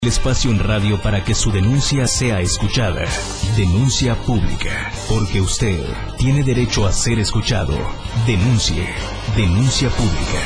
El espacio en radio para que su denuncia sea escuchada. Denuncia pública, porque usted tiene derecho a ser escuchado. Denuncie. Denuncia pública.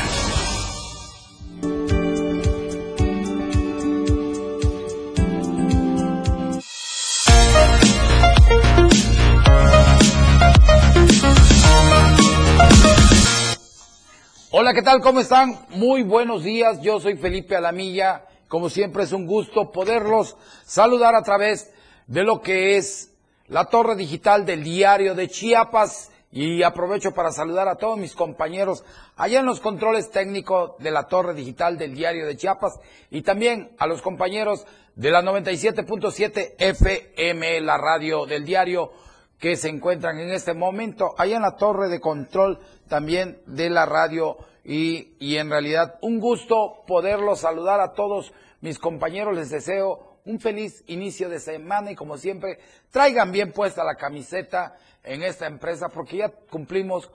Hola, ¿qué tal? ¿Cómo están? Muy buenos días. Yo soy Felipe Alamilla. Como siempre es un gusto poderlos saludar a través de lo que es la torre digital del Diario de Chiapas, y aprovecho para saludar a todos mis compañeros allá en los controles técnicos de la torre digital del Diario de Chiapas, y también a los compañeros de la 97.7 FM, la radio del diario, que se encuentran en este momento allá en la torre de control también de la radio. Y en realidad un gusto poderlos saludar a todos mis compañeros. Les deseo un feliz inicio de semana y, como siempre, traigan bien puesta la camiseta en esta empresa, porque ya cumplimos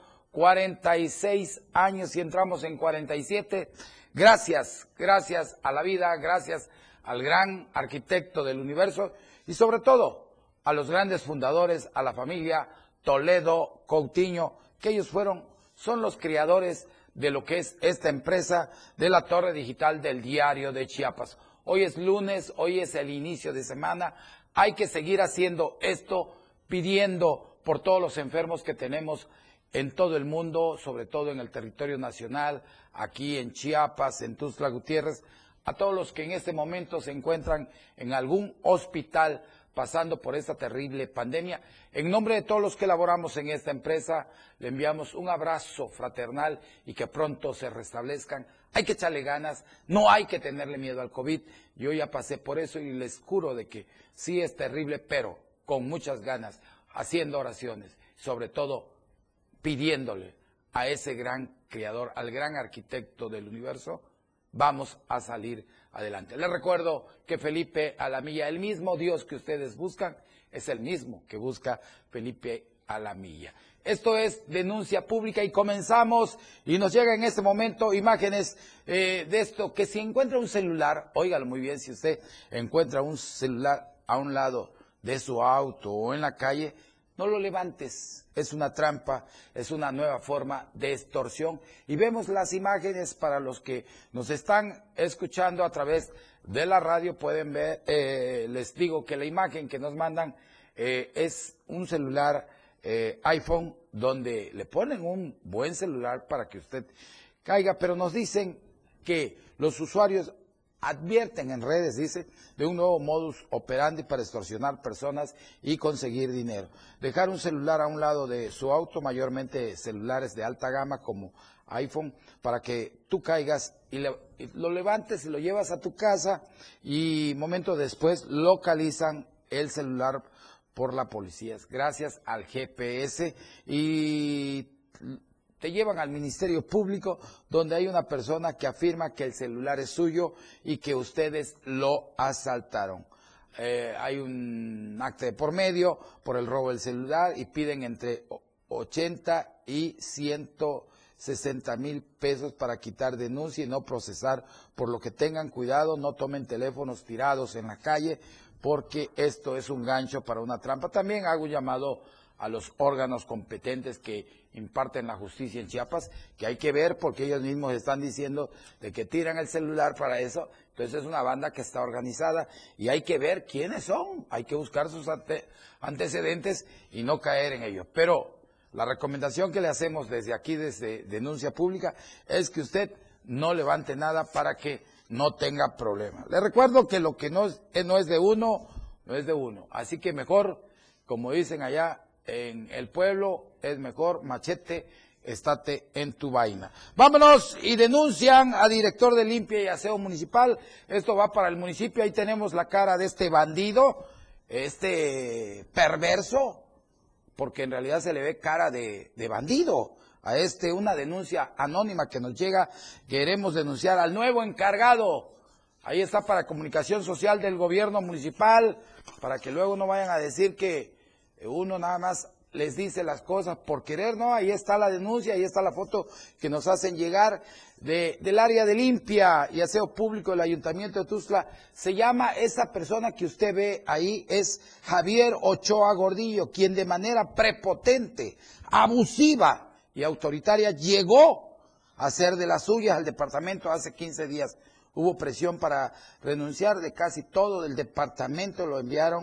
46 años y entramos en 47. Gracias a la vida, gracias al gran arquitecto del universo y sobre todo a los grandes fundadores, a la familia Toledo Coutinho, que ellos son los creadores de lo que es esta empresa de la torre digital del Diario de Chiapas. Hoy es lunes, hoy es el inicio de semana. Hay que seguir haciendo esto, pidiendo por todos los enfermos que tenemos en todo el mundo, sobre todo en el territorio nacional, aquí en Chiapas, en Tuxtla Gutiérrez, a todos los que en este momento se encuentran en algún hospital pasando por esta terrible pandemia. En nombre de todos los que laboramos en esta empresa, le enviamos un abrazo fraternal y que pronto se restablezcan. Hay que echarle ganas, no hay que tenerle miedo al COVID. Yo ya pasé por eso y les juro de que sí es terrible, pero con muchas ganas, haciendo oraciones, sobre todo pidiéndole a ese gran creador, al gran arquitecto del universo, vamos a salir adelante. Les recuerdo que Felipe Alamilla, el mismo Dios que ustedes buscan, es el mismo que busca Felipe Alamilla. Esto es Denuncia Pública y comenzamos, y nos llega en este momento imágenes de esto, que si encuentra un celular, óigalo muy bien, si usted encuentra un celular a un lado de su auto o en la calle, no lo levantes, es una trampa, es una nueva forma de extorsión. Y vemos las imágenes para los que nos están escuchando a través de la radio, pueden ver, les digo que la imagen que nos mandan es un celular iPhone, donde le ponen un buen celular para que usted caiga, pero nos dicen que los usuarios advierten en redes, dice, de un nuevo modus operandi para extorsionar personas y conseguir dinero. Dejar un celular a un lado de su auto, mayormente celulares de alta gama como iPhone, para que tú caigas y lo levantes y lo llevas a tu casa, y momento después localizan el celular por la policía, gracias al GPS, y te llevan al Ministerio Público, donde hay una persona que afirma que el celular es suyo y que ustedes lo asaltaron. Hay un acta de por medio por el robo del celular y piden entre 80 y 160,000 pesos para quitar denuncia y no procesar, por lo que tengan cuidado, no tomen teléfonos tirados en la calle, porque esto es un gancho para una trampa. También hago un llamado a los órganos competentes que imparten la justicia en Chiapas, que hay que ver, porque ellos mismos están diciendo de que tiran el celular para eso. Entonces es una banda que está organizada y hay que ver quiénes son, hay que buscar sus antecedentes y no caer en ello. Pero la recomendación que le hacemos desde aquí, desde Denuncia Pública, es que usted no levante nada para que no tenga problemas. Le recuerdo que lo que no es de uno, no es de uno. Así que mejor, como dicen allá en el pueblo, es mejor machete, estate en tu vaina. Vámonos, y denuncian a director de limpia y aseo municipal. Esto va para el municipio. Ahí tenemos la cara de este bandido, este perverso, porque en realidad se le ve cara de bandido a una denuncia anónima que nos llega. Queremos denunciar al nuevo encargado. Ahí está, para comunicación social del gobierno municipal, para que luego no vayan a decir que uno nada más les dice las cosas por querer, ¿no? Ahí está la denuncia, ahí está la foto que nos hacen llegar del área de limpia y aseo público del Ayuntamiento de Tuxtla. Se llama, esa persona que usted ve ahí, es Javier Ochoa Gordillo, quien de manera prepotente, abusiva y autoritaria llegó a hacer de las suyas al departamento hace 15 días. Hubo presión para renunciar de casi todo del departamento, lo enviaron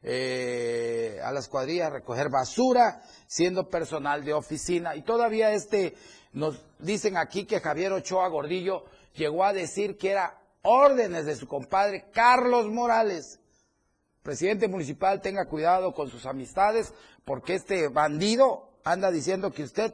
a las cuadrillas a recoger basura, siendo personal de oficina. Y todavía nos dicen aquí que Javier Ochoa Gordillo llegó a decir que era órdenes de su compadre Carlos Morales. Presidente municipal, tenga cuidado con sus amistades, porque este bandido anda diciendo que usted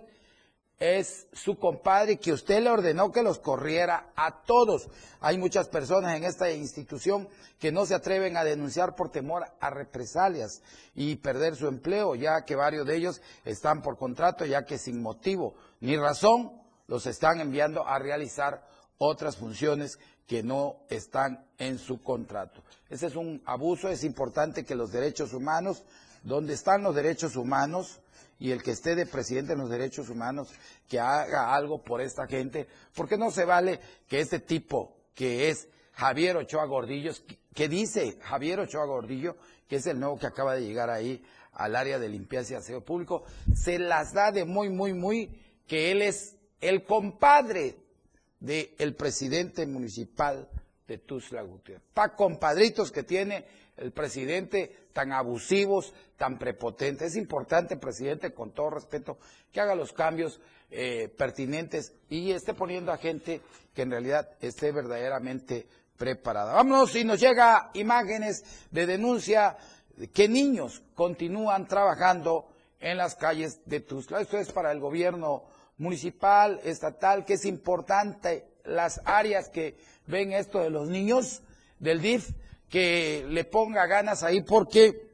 es su compadre, que usted le ordenó que los corriera a todos. Hay muchas personas en esta institución que no se atreven a denunciar por temor a represalias y perder su empleo, ya que varios de ellos están por contrato, ya que sin motivo ni razón los están enviando a realizar otras funciones que no están en su contrato. Ese es un abuso. Es importante que los derechos humanos, donde están los derechos humanos, y el que esté de presidente en los derechos humanos, que haga algo por esta gente, porque no se vale que este tipo, que es Javier Ochoa Gordillo, que dice Javier Ochoa Gordillo, que es el nuevo que acaba de llegar ahí al área de limpieza y aseo público, se las da de muy, que él es el compadre del presidente municipal de Tuxtla Gutiérrez. Pa' compadritos que tiene el presidente, tan abusivos, tan prepotentes. Es importante, presidente, con todo respeto, que haga los cambios pertinentes y esté poniendo a gente que en realidad esté verdaderamente preparada. Vámonos, y nos llega imágenes de denuncia que niños continúan trabajando en las calles de Tuxtla. Esto es para el gobierno municipal, estatal, que es importante las áreas que ven esto de los niños del DIF, que le ponga ganas ahí, porque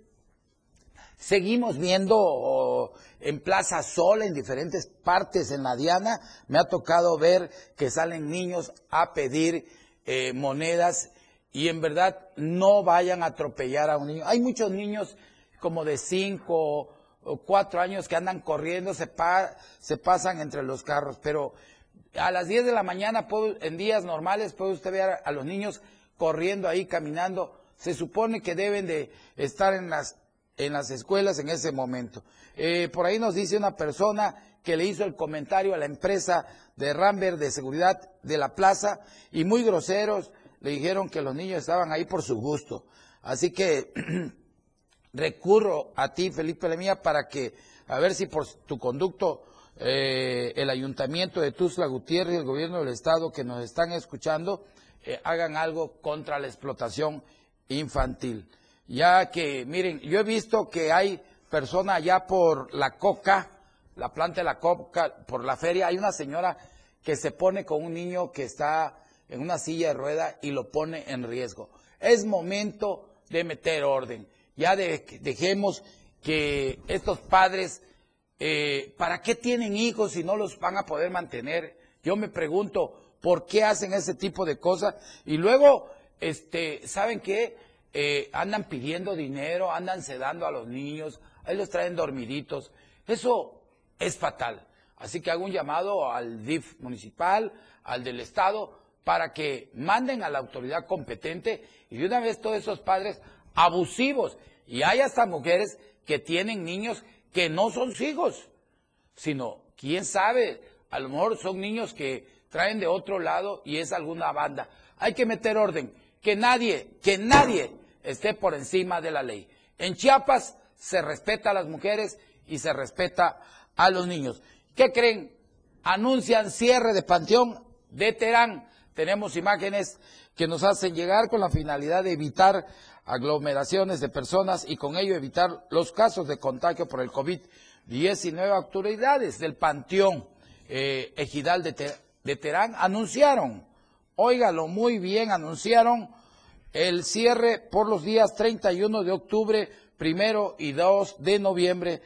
seguimos viendo en Plaza Sol, en diferentes partes en la Diana, me ha tocado ver que salen niños a pedir monedas, y en verdad no vayan a atropellar a un niño. Hay muchos niños como de 5 o 4 años que andan corriendo, se pasan entre los carros, pero a las 10 de la mañana, en días normales, puede usted ver a los niños corriendo ahí, caminando. Se supone que deben de estar en las escuelas en ese momento. Por ahí nos dice una persona que le hizo el comentario a la empresa de Rambert de seguridad de la plaza, y muy groseros, le dijeron que los niños estaban ahí por su gusto. Así que recurro a ti, Felipe Lemía, para que, a ver si por tu conducto, el Ayuntamiento de Tuxtla Gutiérrez y el Gobierno del Estado que nos están escuchando, hagan algo contra la explotación infantil. Ya que, miren, yo he visto que hay personas allá por la coca, la planta de la coca, por la feria, hay una señora que se pone con un niño que está en una silla de rueda y lo pone en riesgo. Es momento de meter orden. Ya dejemos que estos padres, ¿para qué tienen hijos si no los van a poder mantener? Yo me pregunto, ¿por qué hacen ese tipo de cosas? Y luego, ¿saben qué? Andan pidiendo dinero, andan sedando a los niños, ahí los traen dormiditos. Eso es fatal. Así que hago un llamado al DIF municipal, al del Estado, para que manden a la autoridad competente, y de una vez todos esos padres abusivos. Y hay hasta mujeres que tienen niños que no son sus hijos, sino, quién sabe, a lo mejor son niños que traen de otro lado y es alguna banda. Hay que meter orden, que nadie esté por encima de la ley. En Chiapas se respeta a las mujeres y se respeta a los niños. ¿Qué creen? Anuncian cierre de Panteón de Terán. Tenemos imágenes que nos hacen llegar con la finalidad de evitar aglomeraciones de personas y con ello evitar los casos de contagio por el COVID-19. Autoridades del Panteón Ejidal de Terán anunciaron, óigalo muy bien, anunciaron el cierre por los días 31 de octubre, 1 y 2 de noviembre.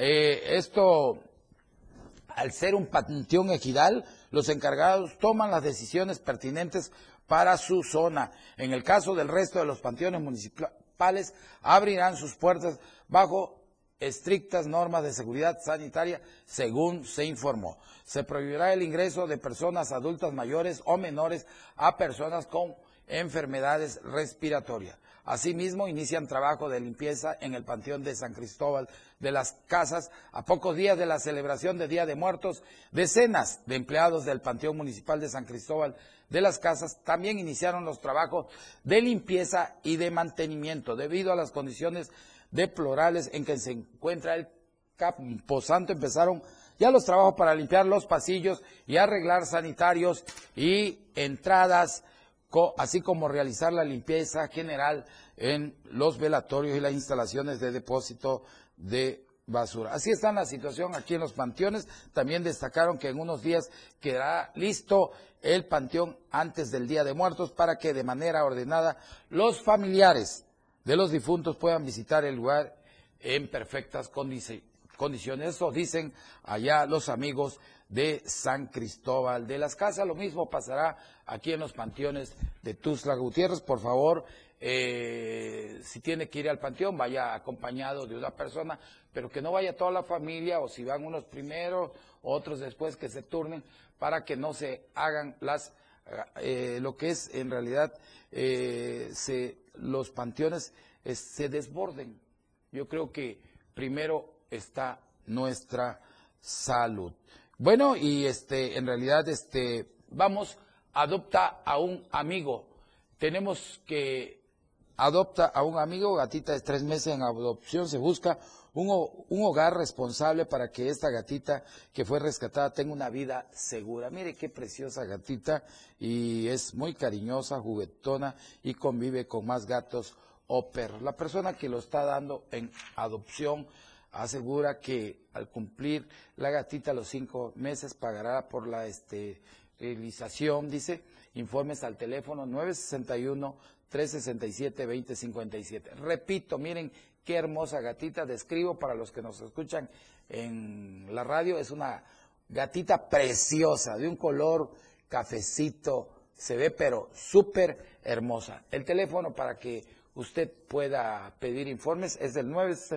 Esto, al ser un panteón ejidal, los encargados toman las decisiones pertinentes para su zona. En el caso del resto de los panteones municipales, abrirán sus puertas bajo estrictas normas de seguridad sanitaria, según se informó. Se prohibirá el ingreso de personas adultas mayores o menores a personas con enfermedades respiratorias. Asimismo, inician trabajo de limpieza en el Panteón de San Cristóbal de las Casas. A pocos días de la celebración de Día de Muertos, decenas de empleados del Panteón Municipal de San Cristóbal de las Casas también iniciaron los trabajos de limpieza y de mantenimiento debido a las condiciones deplorables en que se encuentra el Camposanto. Empezaron ya los trabajos para limpiar los pasillos y arreglar sanitarios y entradas, así como realizar la limpieza general en los velatorios y las instalaciones de depósito de basura. Así está la situación aquí en los panteones. También destacaron que en unos días quedará listo el panteón antes del Día de Muertos para que de manera ordenada los familiares de los difuntos puedan visitar el lugar en perfectas condiciones. Eso dicen allá los amigos de San Cristóbal de las Casas. Lo mismo pasará aquí en los panteones de Tuxtla Gutiérrez. Por favor, si tiene que ir al panteón, vaya acompañado de una persona, pero que no vaya toda la familia, o si van unos primero, otros después, que se turnen, para que no se hagan lo que es en realidad, los panteones se desborden. Yo creo que primero está nuestra salud. Bueno, y en realidad, vamos, adopta a un amigo. Tenemos que adopta a un amigo, gatita de 3 meses en adopción. Se busca un hogar responsable para que esta gatita que fue rescatada tenga una vida segura. Mire qué preciosa gatita, y es muy cariñosa, juguetona, y convive con más gatos o perros. La persona que lo está dando en adopción asegura que al cumplir la gatita los 5 meses pagará por la realización. Dice, informes al teléfono 961-367-2057. Repito, miren qué hermosa gatita. Describo para los que nos escuchan en la radio, es una gatita preciosa, de un color cafecito, se ve pero súper hermosa. El teléfono para que usted pueda pedir informes es el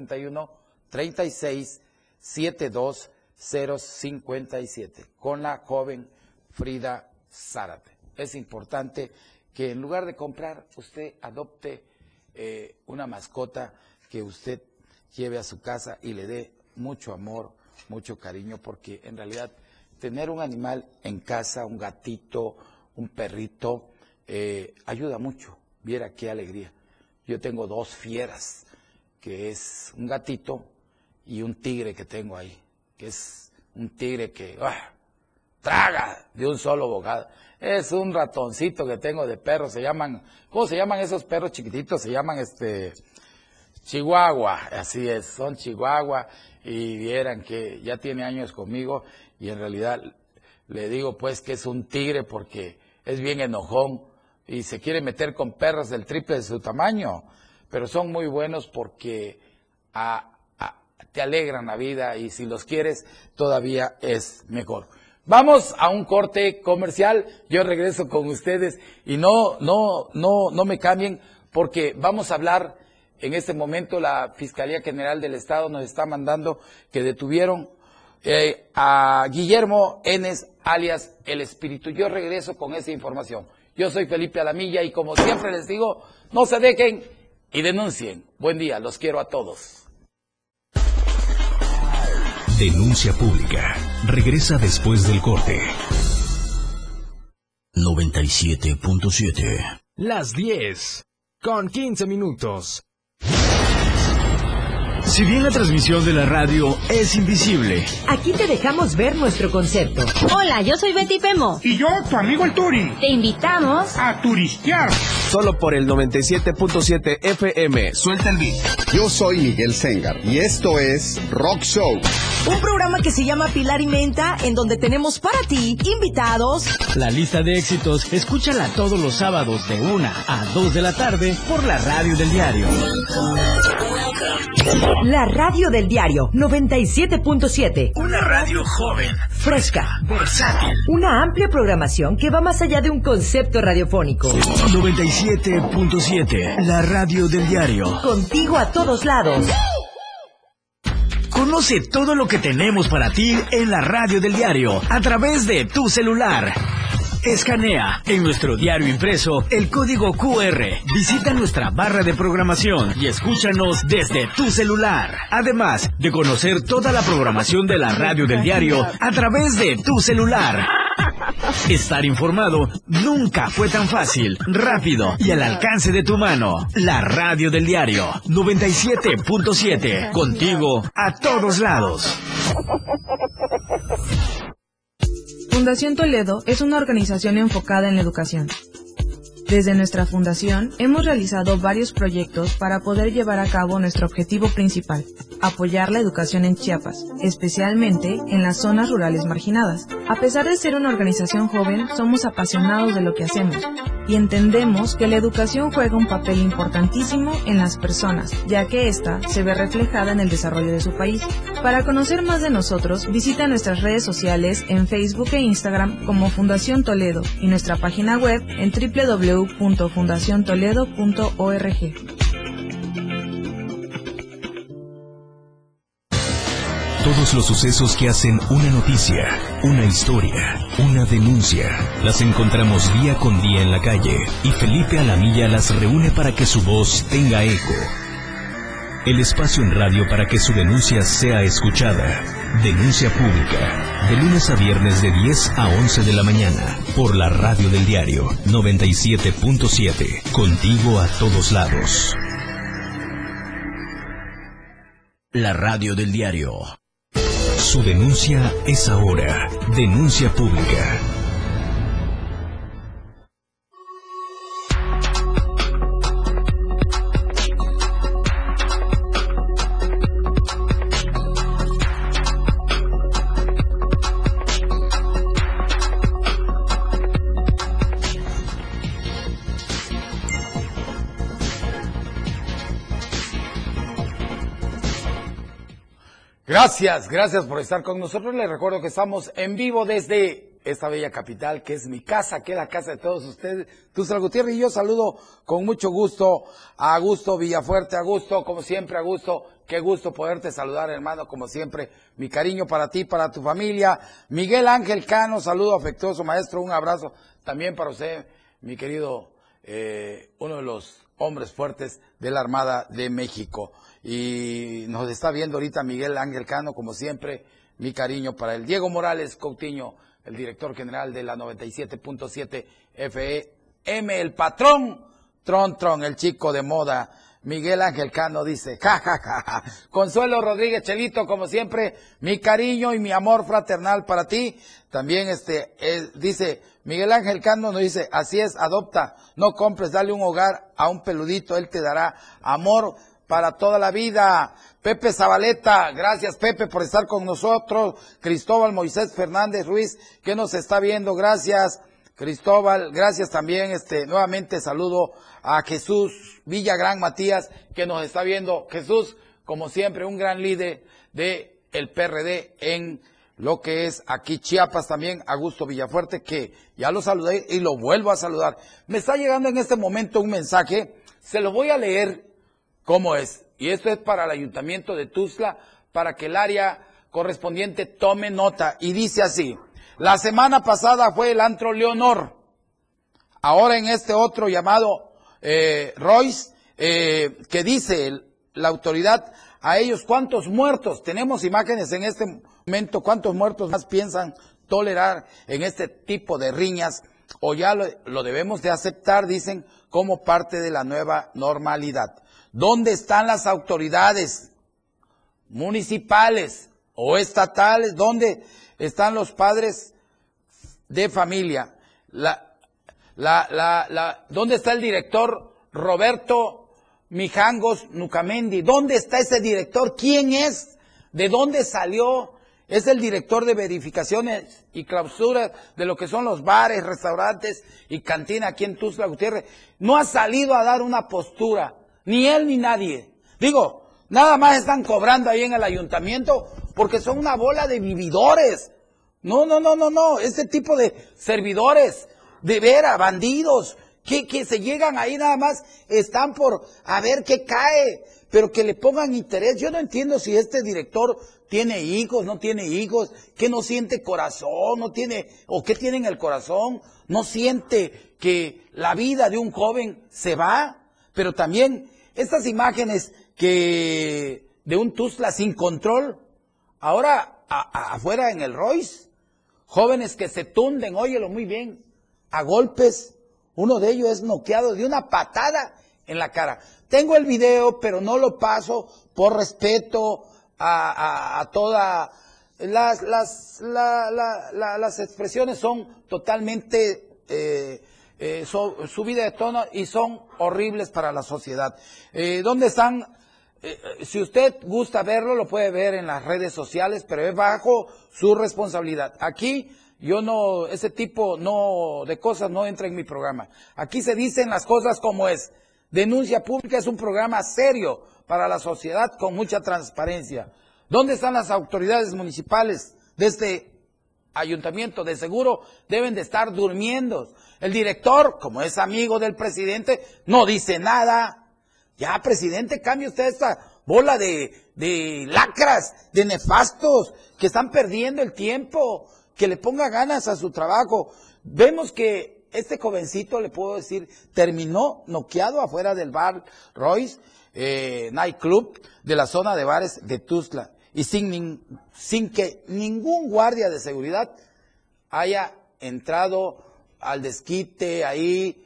961-3672-057 con la joven Frida Zárate. Es importante que en lugar de comprar, usted adopte una mascota que usted lleve a su casa y le dé mucho amor, mucho cariño, porque en realidad tener un animal en casa, un gatito, un perrito, ayuda mucho. Viera qué alegría. Yo tengo 2 fieras, que es un gatito y un tigre que tengo ahí, que es un tigre que traga de un solo bocado. Es un ratoncito que tengo de perro, se llaman, ¿cómo se llaman esos perros chiquititos? Se llaman chihuahua, así es, son chihuahua, y vieran que ya tiene años conmigo, y en realidad le digo pues que es un tigre porque es bien enojón y se quiere meter con perros del triple de su tamaño, pero son muy buenos porque te alegran la vida, y si los quieres todavía es mejor. Vamos a un corte comercial, yo regreso con ustedes y no me cambien, porque vamos a hablar en este momento. La Fiscalía General del Estado nos está mandando que detuvieron a Guillermo Enes, alias El Espíritu. Yo regreso con esa información. Yo soy Felipe Alamilla y como siempre les digo, no se dejen y denuncien. Buen día, los quiero a todos. Denuncia pública. Regresa después del corte. 97.7. Las 10 con 15 minutos. Si bien la transmisión de la radio es invisible, aquí te dejamos ver nuestro concepto. Hola, yo soy Betty Pemo. Y yo, tu amigo el Turi. Te invitamos a turistear. Solo por el 97.7 FM. Suelta el beat. Yo soy Miguel Sengar y esto es Rock Show. Un programa que se llama Pilar y Menta, en donde tenemos para ti invitados. La lista de éxitos, escúchala todos los sábados de 1 a 2 de la tarde por la radio del diario. La radio del diario 97.7. Una radio joven, fresca, versátil. Una amplia programación que va más allá de un concepto radiofónico. 97.7, la radio del diario. Contigo a todos lados. Conoce todo lo que tenemos para ti en la radio del diario a través de tu celular. Escanea en nuestro diario impreso el código QR. Visita nuestra barra de programación y escúchanos desde tu celular. Además de conocer toda la programación de la radio del diario a través de tu celular. Estar informado nunca fue tan fácil, rápido y al alcance de tu mano. La radio del diario 97.7, contigo a todos lados. Fundación Toledo es una organización enfocada en la educación. Desde nuestra fundación hemos realizado varios proyectos para poder llevar a cabo nuestro objetivo principal, apoyar la educación en Chiapas, especialmente en las zonas rurales marginadas. A pesar de ser una organización joven, somos apasionados de lo que hacemos y entendemos que la educación juega un papel importantísimo en las personas, ya que ésta se ve reflejada en el desarrollo de su país. Para conocer más de nosotros, visita nuestras redes sociales en Facebook e Instagram como Fundación Toledo y nuestra página web en www.fundaciontoledo.org. Todos los sucesos que hacen una noticia, una historia, una denuncia, las encontramos día con día en la calle y Felipe Alamilla las reúne para que su voz tenga eco. El espacio en radio para que su denuncia sea escuchada. Denuncia pública, de lunes a viernes de 10 a 11 de la mañana, por la radio del diario 97.7, contigo a todos lados. La radio del diario. Su denuncia es ahora. Denuncia pública. Gracias por estar con nosotros. Les recuerdo que estamos en vivo desde esta bella capital, que es mi casa, que es la casa de todos ustedes. Tuxtla Gutiérrez, y yo saludo con mucho gusto a Augusto Villafuerte. Augusto, como siempre, Augusto, qué gusto poderte saludar, hermano, como siempre. Mi cariño para ti, para tu familia. Miguel Ángel Cano, saludo afectuoso, maestro, un abrazo también para usted, mi querido, uno de los hombres fuertes de la Armada de México. Y nos está viendo ahorita Miguel Ángel Cano, como siempre, mi cariño para él. Diego Morales Coutinho, el director general de la 97.7 FM, el patrón, Tron, el chico de moda. Miguel Ángel Cano dice, ja. Consuelo Rodríguez Chelito, como siempre, mi cariño y mi amor fraternal para ti. También dice, Miguel Ángel Cano nos dice, así es, adopta, no compres, dale un hogar a un peludito, él te dará amor para toda la vida. Pepe Zabaleta, gracias Pepe por estar con nosotros. Cristóbal Moisés Fernández Ruiz, que nos está viendo, gracias Cristóbal, gracias también, nuevamente saludo a Jesús Villagrán Matías, que nos está viendo. Jesús, como siempre, un gran líder de el PRD en lo que es aquí Chiapas. También Augusto Villafuerte, que ya lo saludé y lo vuelvo a saludar. Me está llegando en este momento un mensaje, se lo voy a leer cómo es, y esto es para el Ayuntamiento de Tuxtla, para que el área correspondiente tome nota, y dice así: la semana pasada fue el antro Leonor, ahora en este otro llamado Royce, que dice la autoridad a ellos cuántos muertos, tenemos imágenes en este momento, cuántos muertos más piensan tolerar en este tipo de riñas, o ya lo debemos de aceptar, dicen, como parte de la nueva normalidad. ¿Dónde están las autoridades municipales o estatales? ¿Dónde están los padres de familia? ¿Dónde está el director Roberto Mijangos Nucamendi? ¿Dónde está ese director? ¿Quién es? ¿De dónde salió? Es el director de verificaciones y clausuras de lo que son los bares, restaurantes y cantina aquí en Tuxtla Gutiérrez. No ha salido a dar una postura, ni él ni nadie. Digo, nada más están cobrando ahí en el ayuntamiento porque son una bola de vividores. No, este tipo de servidores, de veras, bandidos, que se llegan ahí nada más, están por a ver qué cae, pero que le pongan interés. Yo no entiendo si este director tiene hijos, no tiene hijos, que no siente corazón, no tiene, o que tiene en el corazón, no siente que la vida de un joven se va. Pero también estas imágenes que de un Tuxtla sin control, ahora afuera en el Royce, jóvenes que se tunden, óyelo muy bien, a golpes. Uno de ellos es noqueado de una patada en la cara. Tengo el video, pero no lo paso por respeto a todas las expresiones son totalmente subida de tono y son horribles para la sociedad. ¿Dónde están? Si usted gusta verlo, lo puede ver en las redes sociales, pero es bajo su responsabilidad. Aquí yo no, ese tipo de cosas no entra en mi programa. Aquí se dicen las cosas como es. Denuncia Pública es un programa serio para la sociedad con mucha transparencia. ¿Dónde están las autoridades municipales de este ayuntamiento? De seguro deben de estar durmiendo. El director, como es amigo del presidente, no dice nada. Ya, presidente, cambie usted esta bola de lacras, de nefastos, que están perdiendo el tiempo, que le ponga ganas a su trabajo. Vemos que este jovencito, le puedo decir, terminó noqueado afuera del bar Royce, Night Club, de la zona de bares de Tuxtla, y sin que ningún guardia de seguridad haya entrado al desquite ahí.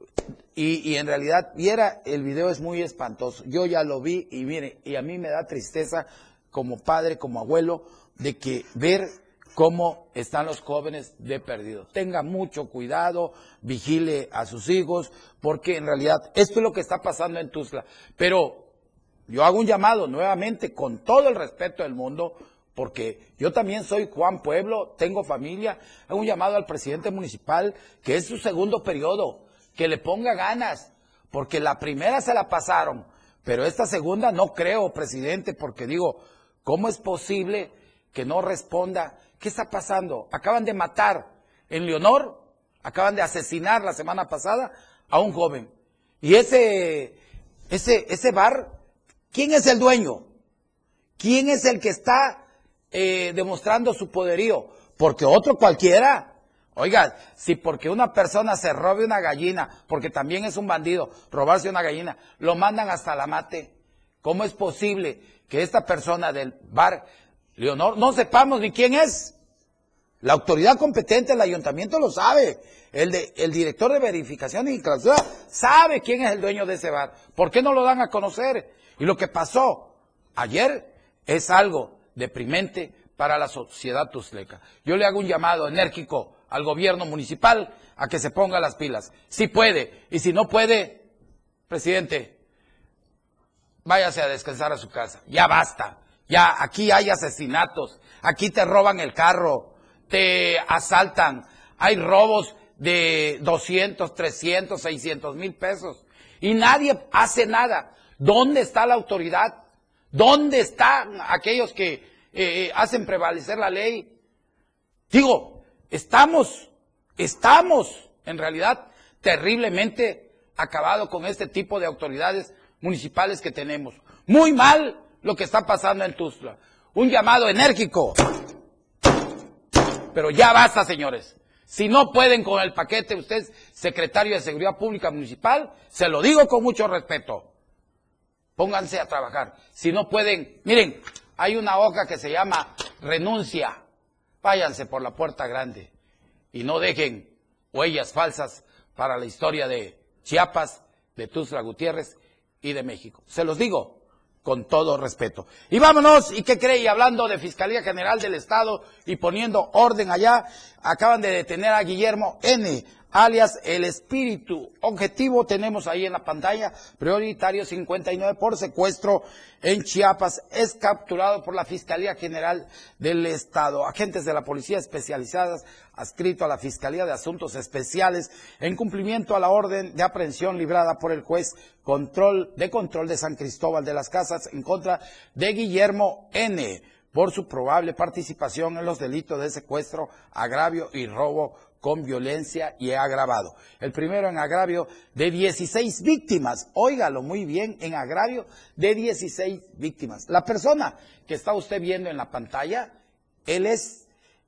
Y en realidad, viera, el video es muy espantoso. Yo ya lo vi y mire, y a mí me da tristeza como padre, como abuelo, de que ver cómo están los jóvenes de perdido. Tenga mucho cuidado, vigile a sus hijos, porque en realidad esto es lo que está pasando en Tuxtla. Pero yo hago un llamado nuevamente con todo el respeto del mundo, porque yo también soy Juan Pueblo, tengo familia. Hago un llamado al presidente municipal, que es su segundo periodo, que le ponga ganas, porque la primera se la pasaron, pero esta segunda no creo, presidente, porque digo, ¿cómo es posible que no responda? ¿Qué está pasando? Acaban de matar en Leonor, acaban de asesinar la semana pasada a un joven. Y ese bar, ¿quién es el dueño? ¿Quién es el que está demostrando su poderío? Porque otro cualquiera. Oiga, si porque una persona se robe una gallina, porque también es un bandido, robarse una gallina, lo mandan hasta la mate. ¿Cómo es posible que esta persona del bar Leonor no sepamos ni quién es? La autoridad competente del ayuntamiento lo sabe. El director de verificación y clausura sabe quién es el dueño de ese bar. ¿Por qué no lo dan a conocer? Y lo que pasó ayer es algo deprimente para la sociedad tuxtleca. Yo le hago un llamado enérgico al gobierno municipal a que se ponga las pilas. Si puede, y si no puede, presidente, váyase a descansar a su casa. Ya basta. Ya aquí hay asesinatos, aquí te roban el carro, te asaltan, hay robos de 200, 300, 600 mil pesos y nadie hace nada. ¿Dónde está la autoridad? ¿Dónde están aquellos que hacen prevalecer la ley? Digo, estamos en realidad terriblemente acabados con este tipo de autoridades municipales que tenemos. Muy mal lo que está pasando en Tuxtla. Un llamado enérgico. Pero ya basta, señores. Si no pueden con el paquete, usted, secretario de Seguridad Pública Municipal, se lo digo con mucho respeto. Pónganse a trabajar. Si no pueden, miren, hay una hoja que se llama renuncia. Váyanse por la puerta grande y no dejen huellas falsas para la historia de Chiapas, de Tuxtla Gutiérrez y de México. Se los digo con todo respeto. Y vámonos, ¿y qué cree? Y hablando de Fiscalía General del Estado y poniendo orden allá, acaban de detener a Guillermo N., alias El Espíritu. Objetivo tenemos ahí en la pantalla, prioritario 59 por secuestro en Chiapas. Es capturado por la Fiscalía General del Estado. Agentes de la Policía Especializadas, adscrito a la Fiscalía de Asuntos Especiales, en cumplimiento a la orden de aprehensión librada por el juez de control de San Cristóbal de las Casas en contra de Guillermo N., por su probable participación en los delitos de secuestro, agravio y robo con violencia y agravado. El primero en agravio de 16 víctimas. Óigalo muy bien, en agravio de 16 víctimas. La persona que está usted viendo en la pantalla, él es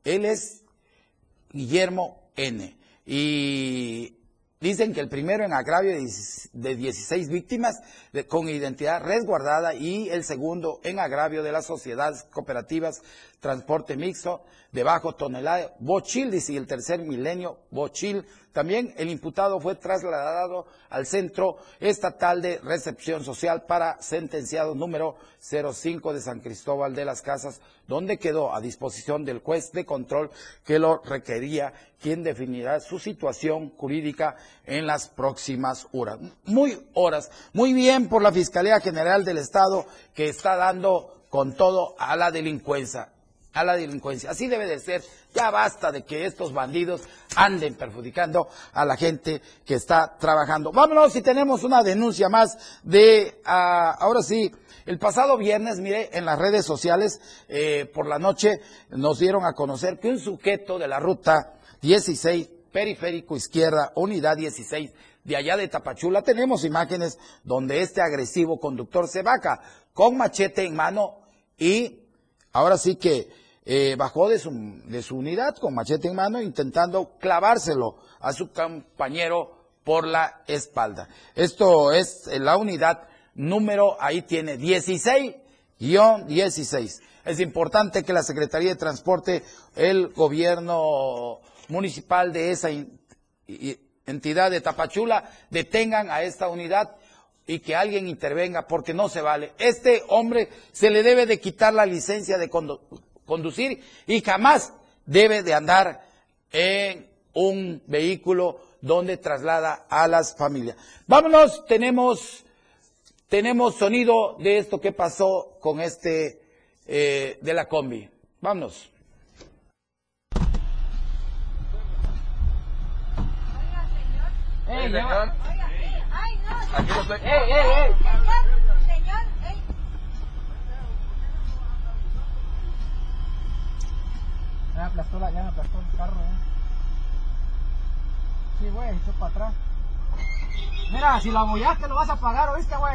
Guillermo N. Y dicen que el primero en agravio de 16 víctimas con identidad resguardada y el segundo en agravio de las sociedades cooperativas transporte mixto de bajo tonelada Bochil, dice, y el tercer milenio Bochil. También el imputado fue trasladado al Centro Estatal de Recepción Social para sentenciado número 05 de San Cristóbal de las Casas, donde quedó a disposición del juez de control que lo requería, quien definirá su situación jurídica en las próximas horas. Muy bien por la Fiscalía General del Estado, que está dando con todo a la delincuencia. Así debe de ser. Ya basta de que estos bandidos anden perjudicando a la gente que está trabajando. Vámonos, si tenemos una denuncia más de, ahora sí, el pasado viernes, mire, en las redes sociales, por la noche, nos dieron a conocer que un sujeto de la ruta 16, periférico izquierda, unidad 16, de allá de Tapachula, tenemos imágenes donde este agresivo conductor se baja con machete en mano y ahora sí que bajó de su unidad con machete en mano intentando clavárselo a su compañero por la espalda. Esto es la unidad número, ahí tiene 16-16. Es importante que la Secretaría de Transporte, el gobierno municipal de esa entidad de Tapachula, detengan a esta unidad y que alguien intervenga, porque no se vale. Este hombre se le debe de quitar la licencia de conducir y jamás debe de andar en un vehículo donde traslada a las familias. Vámonos, tenemos sonido de esto que pasó con de la combi. Vámonos. Señor. Ay, no. Aquí lo estoy. Señor, Ya me aplastó el carro, Sí, güey, echó para atrás. Mira, si lo abollaste lo vas a pagar, ¿oíste, güey?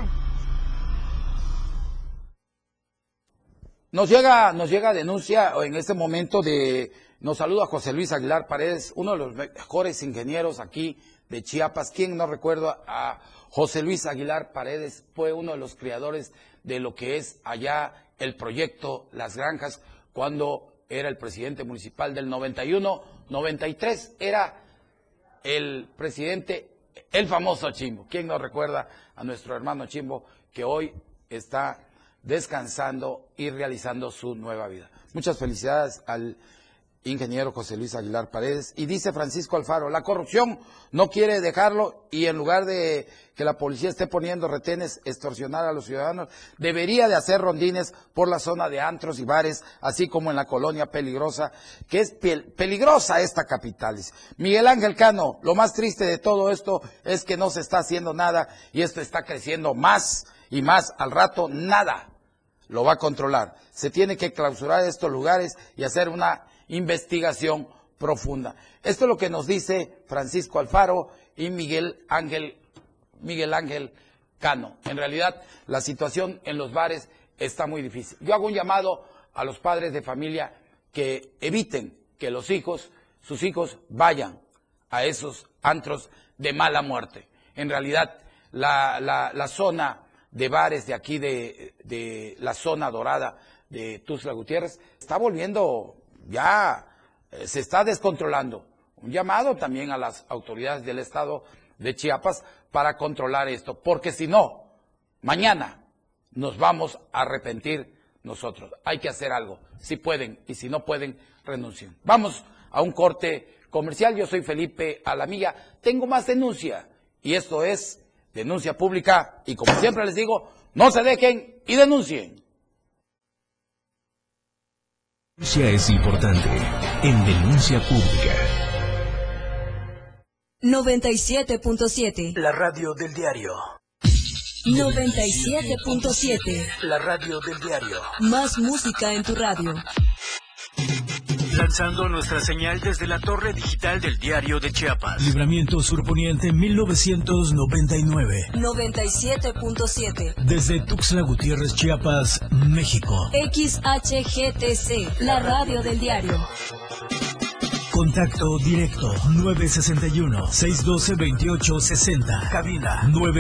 Nos llega denuncia en este momento nos saluda José Luis Aguilar Paredes, uno de los mejores ingenieros aquí de Chiapas. ¿Quién no recuerda a José Luis Aguilar Paredes? Fue uno de los creadores de lo que es allá el proyecto Las Granjas, cuando era el presidente municipal del 91-93, era el presidente, el famoso Chimbo. ¿Quién no recuerda a nuestro hermano Chimbo, que hoy está descansando y realizando su nueva vida? Muchas felicidades al ingeniero José Luis Aguilar Paredes. Y dice Francisco Alfaro, la corrupción no quiere dejarlo y en lugar de que la policía esté poniendo retenes, extorsionar a los ciudadanos, debería de hacer rondines por la zona de antros y bares, así como en la colonia peligrosa, que es peligrosa esta capital. Miguel Ángel Cano, lo más triste de todo esto es que no se está haciendo nada y esto está creciendo más y más. Al rato nada lo va a controlar. Se tiene que clausurar estos lugares y hacer una investigación profunda. Esto es lo que nos dice Francisco Alfaro y Miguel Ángel Cano. En realidad, la situación en los bares está muy difícil. Yo hago un llamado a los padres de familia que eviten que sus hijos vayan a esos antros de mala muerte. En realidad, la zona de bares de aquí, de la zona dorada de Tuxtla Gutiérrez, está volviendo, ya se está descontrolando. Un llamado también a las autoridades del estado de Chiapas para controlar esto, porque si no, mañana nos vamos a arrepentir nosotros. Hay que hacer algo, si pueden, y si no pueden, renuncien. Vamos a un corte comercial. Yo soy Felipe Alamilla, tengo más denuncia, y esto es Denuncia Pública, y como siempre les digo, no se dejen y denuncien. Denuncia es importante en Denuncia Pública. 97.7. La radio del diario. 97.7. La radio del diario. Más música en tu radio. lanzando nuestra señal desde la torre digital del Diario de Chiapas. Libramiento Surponiente 1999. 97.7. Desde Tuxtla Gutiérrez, Chiapas, México. XHGTC, la radio del diario. Contacto directo 961-612-2860. Cabina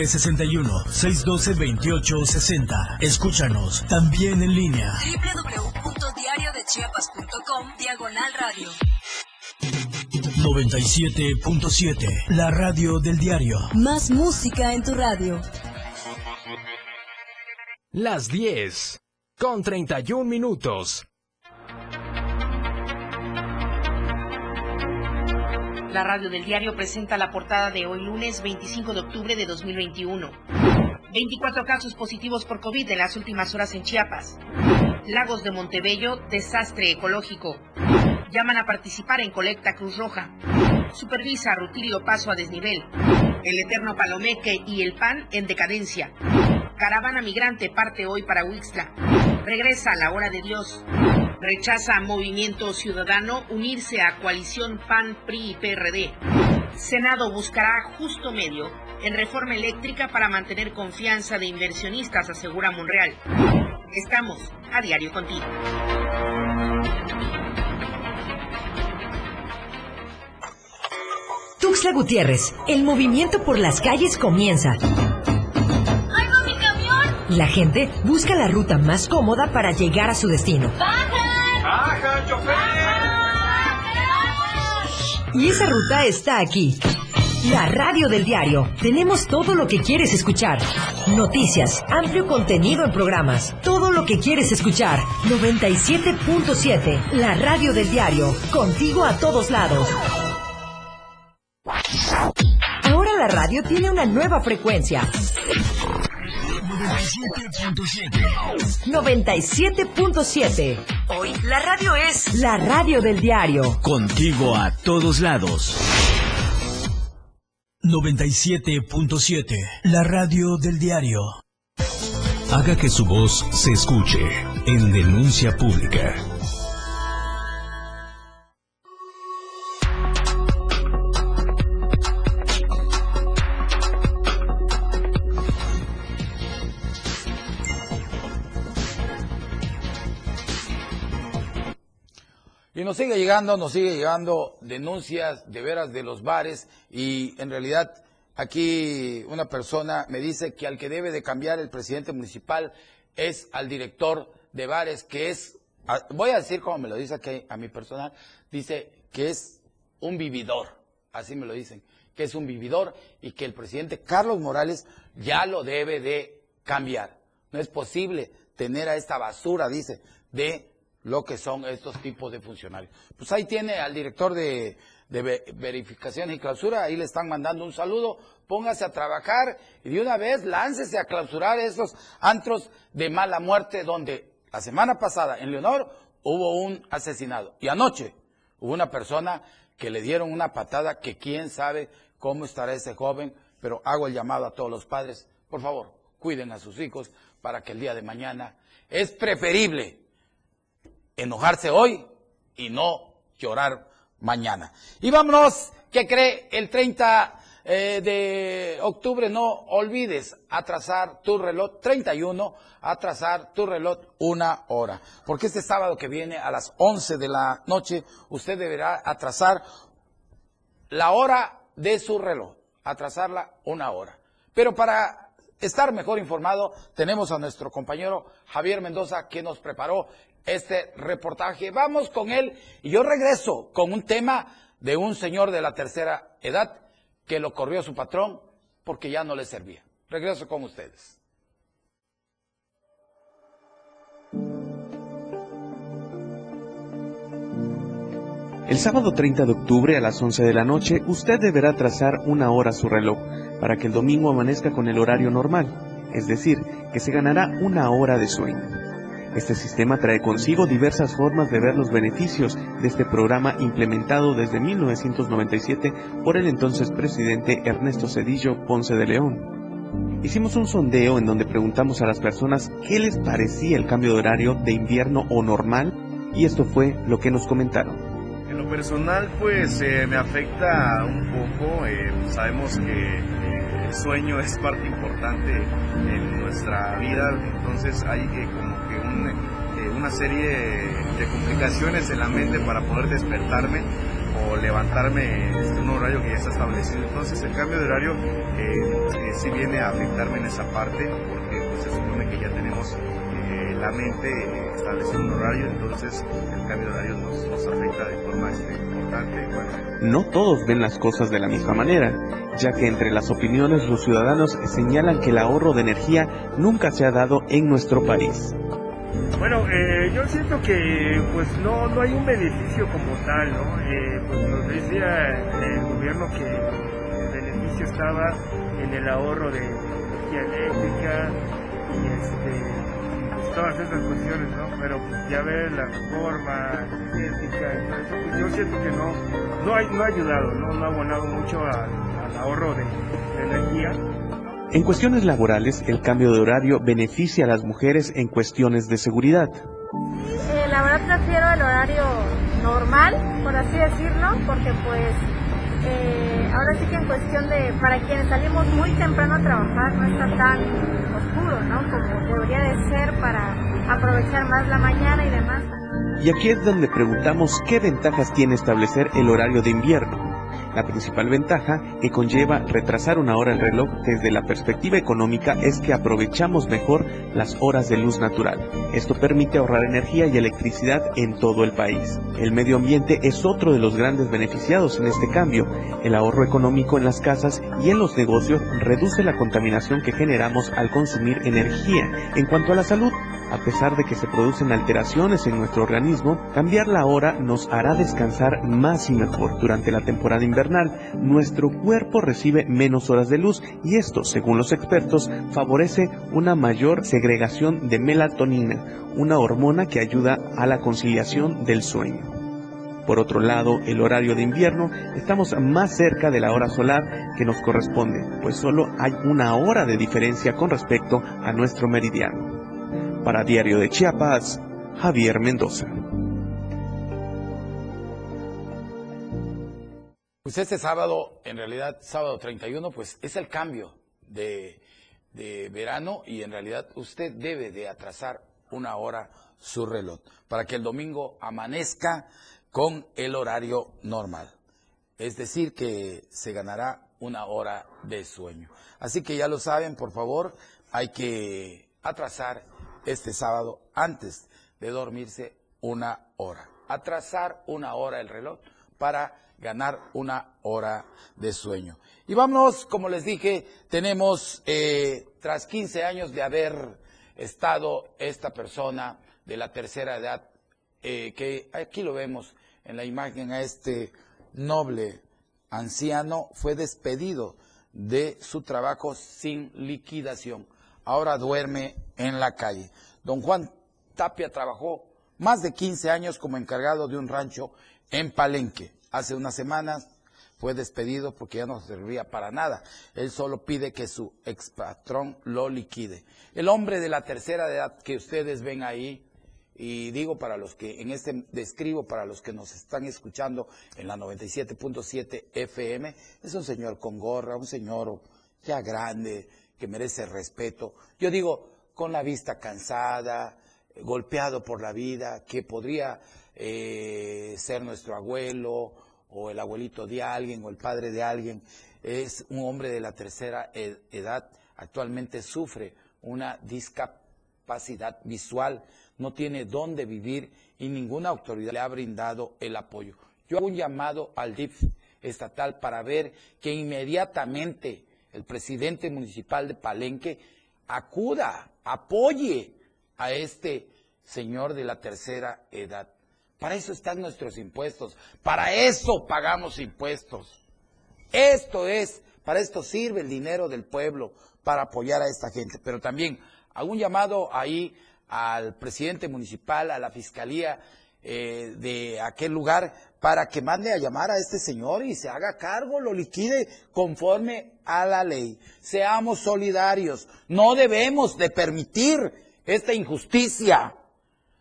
961-612-2860. Escúchanos también en línea. www.diariodechiapas.com/radio. 97.7, la radio del diario. Más música en tu radio. Las 10:31. La radio del diario presenta la portada de hoy lunes 25 de octubre de 2021. 24 casos positivos por COVID en las últimas horas en Chiapas. Lagos de Montebello, desastre ecológico. Llaman a participar en colecta Cruz Roja. Supervisa Rutilio paso a desnivel. El Eterno Palomeque y el PAN en decadencia. Caravana migrante parte hoy para Huixtla. Regresa a la hora de Dios. Rechaza Movimiento Ciudadano unirse a coalición PAN, PRI y PRD. Senado buscará justo medio en reforma eléctrica para mantener confianza de inversionistas, asegura Monreal. Estamos a diario contigo. Tuxtla Gutiérrez, el movimiento por las calles comienza. ¡Ay, no, mi camión! La gente busca la ruta más cómoda para llegar a su destino. ¡Bajan! ¡Bajan, chofer! Y esa ruta está aquí. La radio del diario. Tenemos todo lo que quieres escuchar. Noticias, amplio contenido en programas. Todo lo que quieres escuchar. 97.7. La radio del diario. Contigo a todos lados. Ahora la radio tiene una nueva frecuencia. 97.7. Hoy la radio es la radio del diario. Contigo a todos lados. 97.7, la radio del diario. Haga que su voz se escuche en Denuncia Pública. Y nos sigue llegando denuncias de veras de los bares y en realidad aquí una persona me dice que al que debe de cambiar el presidente municipal es al director de bares, que es, voy a decir como me lo dice aquí a mi personal, dice que es un vividor, así me lo dicen, que es un vividor y que el presidente Carlos Morales ya lo debe de cambiar. No es posible tener a esta basura, dice, de lo que son estos tipos de funcionarios. Pues ahí tiene al director de verificación y clausura, ahí le están mandando un saludo, póngase a trabajar y de una vez láncese a clausurar esos antros de mala muerte donde la semana pasada en Leonor hubo un asesinado y anoche hubo una persona que le dieron una patada que quién sabe cómo estará ese joven, pero hago el llamado a todos los padres, por favor, cuiden a sus hijos para que el día de mañana es preferible enojarse hoy y no llorar mañana. Y vámonos, ¿qué cree? El 30 de octubre no olvides atrasar tu reloj, 31, atrasar tu reloj 1 hora. Porque este sábado que viene a las 11 de la noche, usted deberá atrasar la hora de su reloj, atrasarla 1 hora. Pero para estar mejor informado, tenemos a nuestro compañero Javier Mendoza que nos preparó este reportaje. Vamos con él y yo regreso con un tema de un señor de la tercera edad que lo corrió su patrón porque ya no le servía. Regreso con ustedes. El sábado 30 de octubre a las 11 de la noche, usted deberá trazar 1 hora su reloj para que el domingo amanezca con el horario normal, es decir, que se ganará 1 hora de sueño. Este sistema trae consigo diversas formas de ver los beneficios de este programa implementado desde 1997 por el entonces presidente Ernesto Zedillo Ponce de León. Hicimos un sondeo en donde preguntamos a las personas qué les parecía el cambio de horario de invierno o normal, y esto fue lo que nos comentaron. En lo personal, pues me afecta un poco. Sabemos que el sueño es parte importante en nuestra vida, entonces hay como que una serie de complicaciones en la mente para poder despertarme o levantarme en un horario que ya está establecido. Entonces el cambio de horario sí viene a afectarme en esa parte, porque pues, se supone que ya tenemos la mente establecer un horario, entonces el cambio de horario nos afecta de forma importante. Bueno. No todos ven las cosas de la misma manera, ya que entre las opiniones los ciudadanos señalan que el ahorro de energía nunca se ha dado en nuestro país. Bueno, yo siento que pues no hay un beneficio como tal, ¿no? Pues nos decía el gobierno que el beneficio estaba en el ahorro de energía eléctrica y todas esas cuestiones, ¿no? Pero pues, ya ver la reforma energética y todo eso, pues yo siento que no ha ayudado, no ha abonado mucho al ahorro de energía. En cuestiones laborales, el cambio de horario beneficia a las mujeres en cuestiones de seguridad. La verdad prefiero el horario normal, por así decirlo, porque pues ahora sí que en cuestión de, para quienes salimos muy temprano a trabajar, no está tan oscuro, ¿no? Como debería de ser para aprovechar más la mañana y demás. Y aquí es donde preguntamos qué ventajas tiene establecer el horario de invierno. La principal ventaja que conlleva retrasar una hora el reloj desde la perspectiva económica es que aprovechamos mejor las horas de luz natural. Esto permite ahorrar energía y electricidad en todo el país. El medio ambiente es otro de los grandes beneficiados en este cambio. El ahorro económico en las casas y en los negocios reduce la contaminación que generamos al consumir energía. En cuanto a la salud, a pesar de que se producen alteraciones en nuestro organismo, cambiar la hora nos hará descansar más y mejor. Durante la temporada invernal, nuestro cuerpo recibe menos horas de luz y esto, según los expertos, favorece una mayor segregación de melatonina, una hormona que ayuda a la conciliación del sueño. Por otro lado, el horario de invierno, estamos más cerca de la hora solar que nos corresponde, pues solo hay una hora de diferencia con respecto a nuestro meridiano. Para Diario de Chiapas, Javier Mendoza. Pues este sábado, en realidad sábado 31, pues es el cambio de verano y en realidad usted debe de atrasar una hora su reloj para que el domingo amanezca con el horario normal. Es decir, que se ganará una hora de sueño. Así que ya lo saben, por favor, hay que atrasar este sábado antes de dormirse una hora. Atrasar una hora el reloj para ganar una hora de sueño. Y vámonos, como les dije, tenemos, tras 15 años de haber estado esta persona de la tercera edad, que aquí lo vemos en la imagen, a este noble anciano, fue despedido de su trabajo sin liquidación. Ahora duerme en la calle. Don Juan Tapia trabajó más de 15 años como encargado de un rancho en Palenque. Hace unas semanas fue despedido porque ya no servía para nada. Él solo pide que su expatrón lo liquide. El hombre de la tercera edad que ustedes ven ahí, y digo para los que describo para los que nos están escuchando en la 97.7 FM, es un señor con gorra, un señor ya grande, que merece respeto. Yo digo, con la vista cansada, golpeado por la vida, que podría ser nuestro abuelo o el abuelito de alguien o el padre de alguien. Es un hombre de la tercera edad, actualmente sufre una discapacidad visual, no tiene dónde vivir y ninguna autoridad le ha brindado el apoyo. Yo hago un llamado al DIF estatal para ver que inmediatamente el presidente municipal de Palenque acuda, apoye a este señor de la tercera edad. Para eso están nuestros impuestos, para eso pagamos impuestos. Para esto sirve el dinero del pueblo, para apoyar a esta gente. Pero también hago un llamado ahí al presidente municipal, a la fiscalía de aquel lugar, para que mande a llamar a este señor y se haga cargo, lo liquide conforme a la ley. Seamos solidarios, no debemos de permitir esta injusticia.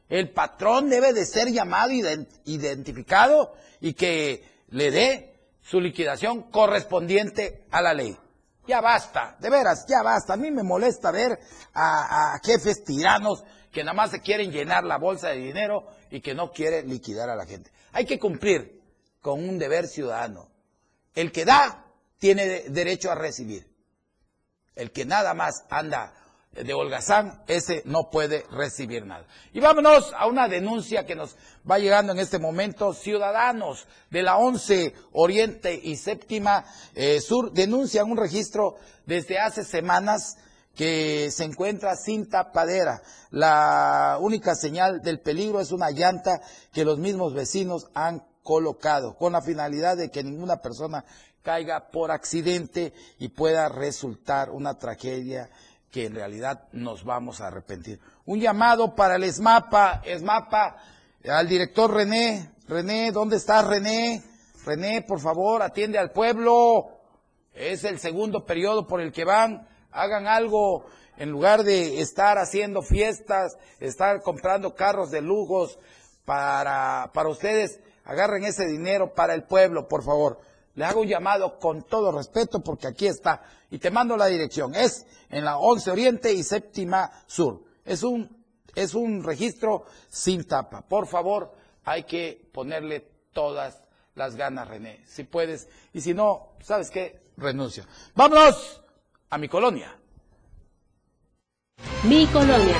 El patrón debe de ser llamado, identificado y que le dé su liquidación correspondiente a la ley. Ya basta, de veras, ya basta. A mí me molesta ver a jefes tiranos que nada más se quieren llenar la bolsa de dinero y que no quieren liquidar a la gente. Hay que cumplir con un deber ciudadano. El que da tiene derecho a recibir. El que nada más anda de holgazán, ese no puede recibir nada. Y vámonos a una denuncia que nos va llegando en este momento. Ciudadanos de la 11 Oriente y Séptima Sur denuncian un registro desde hace semanas que se encuentra sin tapadera. La única señal del peligro es una llanta que los mismos vecinos han colocado con la finalidad de que ninguna persona caiga por accidente y pueda resultar una tragedia que en realidad nos vamos a arrepentir. Un llamado para el ESMAPA, al director René. René, ¿dónde estás, René? René, por favor, atiende al pueblo. Es el segundo periodo por el que van. Hagan algo en lugar de estar haciendo fiestas, estar comprando carros de lujos para ustedes. Agarren ese dinero para el pueblo, por favor. Le hago un llamado con todo respeto porque aquí está. Y te mando la dirección. Es en la 11 Oriente y Séptima Sur. Es un registro sin tapa. Por favor, hay que ponerle todas las ganas, René. Si puedes. Y si no, ¿sabes qué? Renuncio. ¡Vámonos a mi colonia! Mi colonia.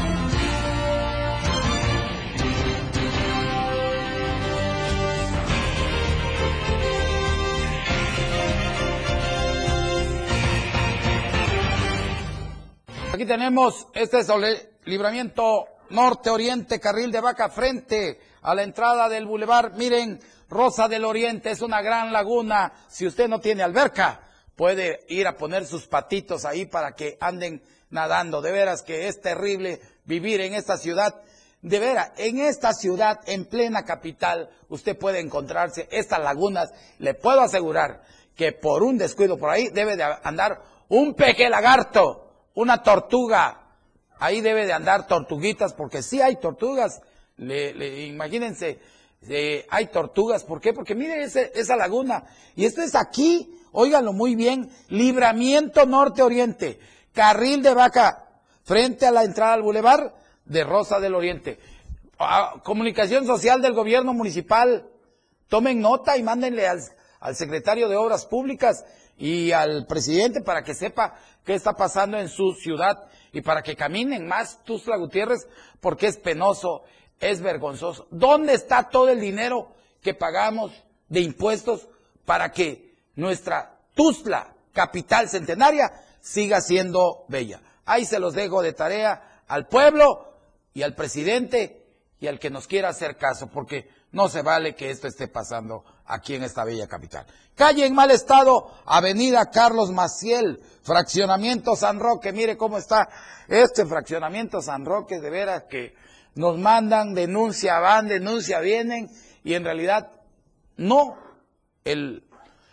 Aquí tenemos, este es el libramiento norte-oriente, carril de vaca frente a la entrada del bulevar. Miren, Rosa del Oriente es una gran laguna. Si usted no tiene alberca, puede ir a poner sus patitos ahí para que anden nadando. De veras que es terrible vivir en esta ciudad. De veras, en esta ciudad, en plena capital, usted puede encontrarse estas lagunas. Le puedo asegurar que por un descuido por ahí debe de andar un peje lagarto. Una tortuga, ahí debe de andar tortuguitas, porque sí hay tortugas, imagínense, hay tortugas, ¿por qué? Porque mire esa laguna, y esto es aquí, óiganlo muy bien, libramiento norte-oriente, carril de vaca, frente a la entrada al bulevar de Rosa del Oriente. Comunicación social del gobierno municipal, tomen nota y mándenle al secretario de Obras Públicas y al presidente para que sepa qué está pasando en su ciudad y para que caminen más Tuxtla Gutiérrez, porque es penoso, es vergonzoso. ¿Dónde está todo el dinero que pagamos de impuestos para que nuestra Tuxtla, capital centenaria, siga siendo bella? Ahí se los dejo de tarea al pueblo y al presidente y al que nos quiera hacer caso, porque no se vale que esto esté pasando aquí en esta bella capital. Calle en mal estado, avenida Carlos Maciel, fraccionamiento San Roque. Mire cómo está este fraccionamiento San Roque, de veras que nos mandan denuncia, van, denuncia, vienen, y en realidad no, el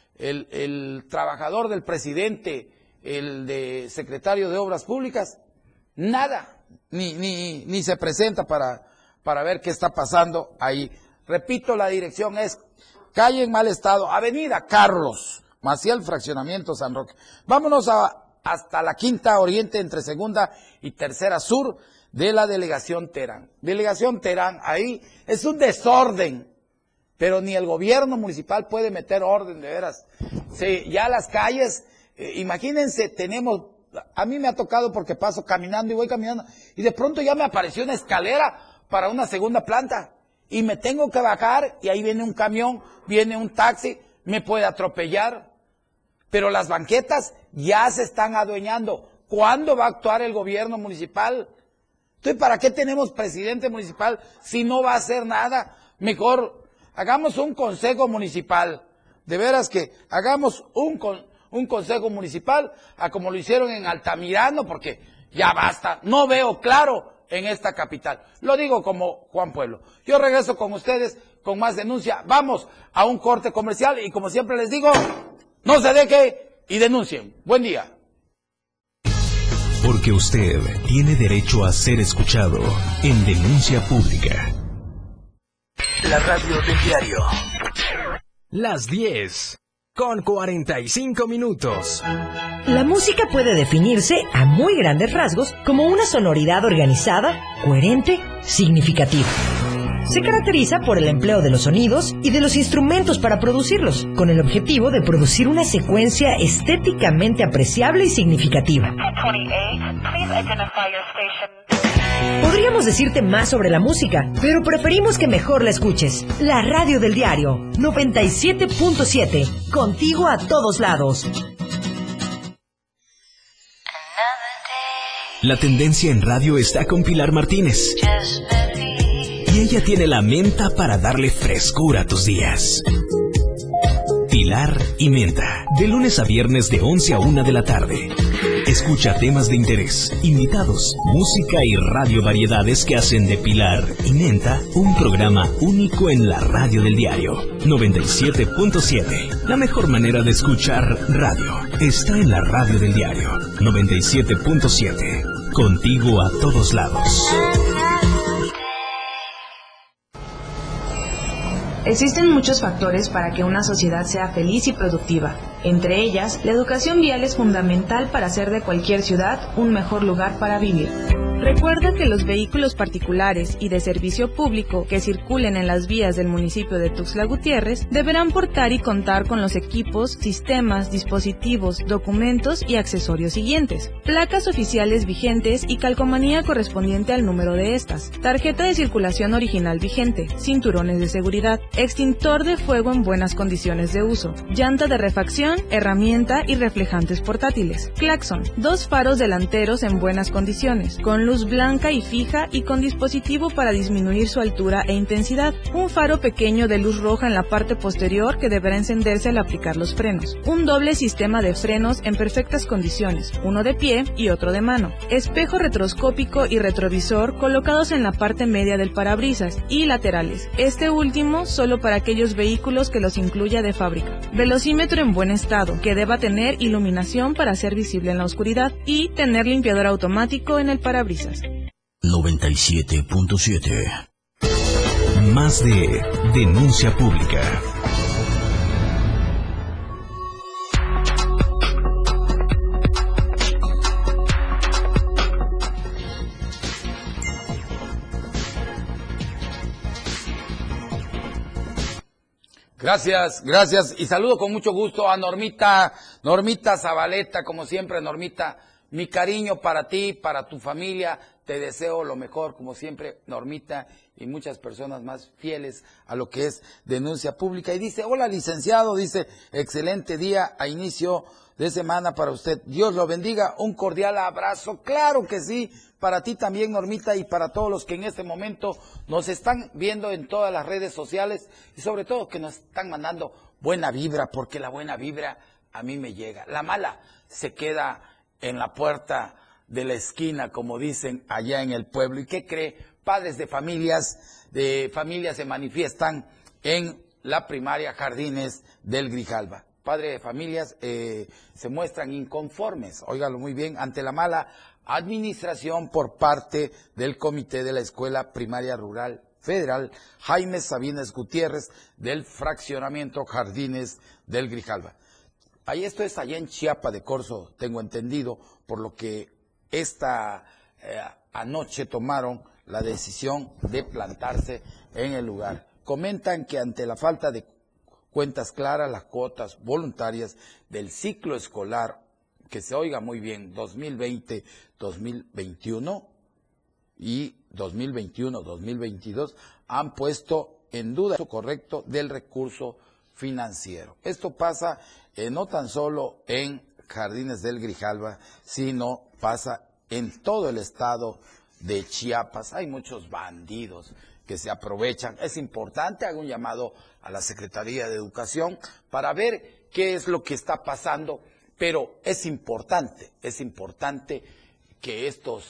trabajador del presidente, el de secretario de Obras Públicas, nada, ni se presenta para ver qué está pasando ahí. Repito, la dirección es calle en mal estado, avenida Carlos Maciel, fraccionamiento San Roque. Vámonos hasta la quinta Oriente, entre segunda y tercera sur de la delegación Terán. Delegación Terán, ahí es un desorden, pero ni el gobierno municipal puede meter orden, de veras. Sí, ya las calles, imagínense, a mí me ha tocado porque paso caminando y voy caminando, y de pronto ya me apareció una escalera para una segunda planta. Y me tengo que bajar y ahí viene un camión, viene un taxi, me puede atropellar. Pero las banquetas ya se están adueñando. ¿Cuándo va a actuar el gobierno municipal? Entonces, ¿para qué tenemos presidente municipal si no va a hacer nada? Mejor hagamos un consejo municipal. De veras que hagamos un consejo municipal a como lo hicieron en Altamirano, porque ya basta. No veo claro en esta capital. Lo digo como Juan Pueblo. Yo regreso con ustedes con más denuncia. Vamos a un corte comercial y como siempre les digo, no se deje y denuncien. Buen día. Porque usted tiene derecho a ser escuchado en Denuncia Pública. La radio del diario. Las 10:45. La música puede definirse a muy grandes rasgos como una sonoridad organizada, coherente, significativa. Se caracteriza por el empleo de los sonidos y de los instrumentos para producirlos, con el objetivo de producir una secuencia estéticamente apreciable y significativa. Podríamos decirte más sobre la música, pero preferimos que mejor la escuches. La radio del diario 97.7, contigo a todos lados. La tendencia en radio está con Pilar Martínez. Y ella tiene la menta para darle frescura a tus días. Pilar y Menta, de lunes a viernes de 11 a 1 de la tarde. Escucha temas de interés, invitados, música y radio variedades que hacen de Pilar y Menta un programa único en la radio del diario 97.7. La mejor manera de escuchar radio está en la radio del diario 97.7. Contigo a todos lados. Existen muchos factores para que una sociedad sea feliz y productiva. Entre ellas, la educación vial es fundamental para hacer de cualquier ciudad un mejor lugar para vivir. Recuerda que los vehículos particulares y de servicio público que circulen en las vías del municipio de Tuxtla Gutiérrez deberán portar y contar con los equipos, sistemas, dispositivos, documentos y accesorios siguientes: placas oficiales vigentes y calcomanía correspondiente al número de estas, tarjeta de circulación original vigente, cinturones de seguridad, extintor de fuego en buenas condiciones de uso, llanta de refacción, herramienta y reflejantes portátiles, claxon, 2 faros delanteros en buenas condiciones, con luz blanca y fija y con dispositivo para disminuir su altura e intensidad, un faro pequeño de luz roja en la parte posterior que deberá encenderse al aplicar los frenos, un doble sistema de frenos en perfectas condiciones, uno de pie y otro de mano, espejo retroscópico y retrovisor colocados en la parte media del parabrisas y laterales, este último solo para aquellos vehículos que los incluya de fábrica, velocímetro en buen estado, que deba tener iluminación para ser visible en la oscuridad y tener limpiador automático en el parabrisas. 97.7. Más de Denuncia Pública. Gracias, gracias. Y saludo con mucho gusto a Normita Zabaleta, como siempre, Normita. Mi cariño para ti, para tu familia, te deseo lo mejor, como siempre, Normita, y muchas personas más fieles a lo que es Denuncia Pública. Y dice: hola licenciado, dice, excelente día a inicio de semana para usted. Dios lo bendiga, un cordial abrazo. Claro que sí, para ti también, Normita, y para todos los que en este momento nos están viendo en todas las redes sociales, y sobre todo que nos están mandando buena vibra, porque la buena vibra a mí me llega. La mala se queda en la puerta de la esquina, como dicen allá en el pueblo. ¿Y qué cree? Padres de familias se manifiestan en la primaria Jardines del Grijalva. Padres de familias se muestran inconformes, óigalo muy bien, ante la mala administración por parte del comité de la Escuela Primaria Rural Federal Jaime Sabines Gutiérrez del fraccionamiento Jardines del Grijalva. Ahí esto es allá en Chiapa de Corzo, tengo entendido, por lo que esta anoche tomaron la decisión de plantarse en el lugar. Comentan que ante la falta de cuentas claras, las cuotas voluntarias del ciclo escolar, que se oiga muy bien, 2020-2021 y 2021-2022, han puesto en duda el uso correcto del recurso financiero. Esto pasa no tan solo en Jardines del Grijalva, sino pasa en todo el estado de Chiapas. Hay muchos bandidos que se aprovechan. Es importante, hago un llamado a la Secretaría de Educación para ver qué es lo que está pasando, pero es importante que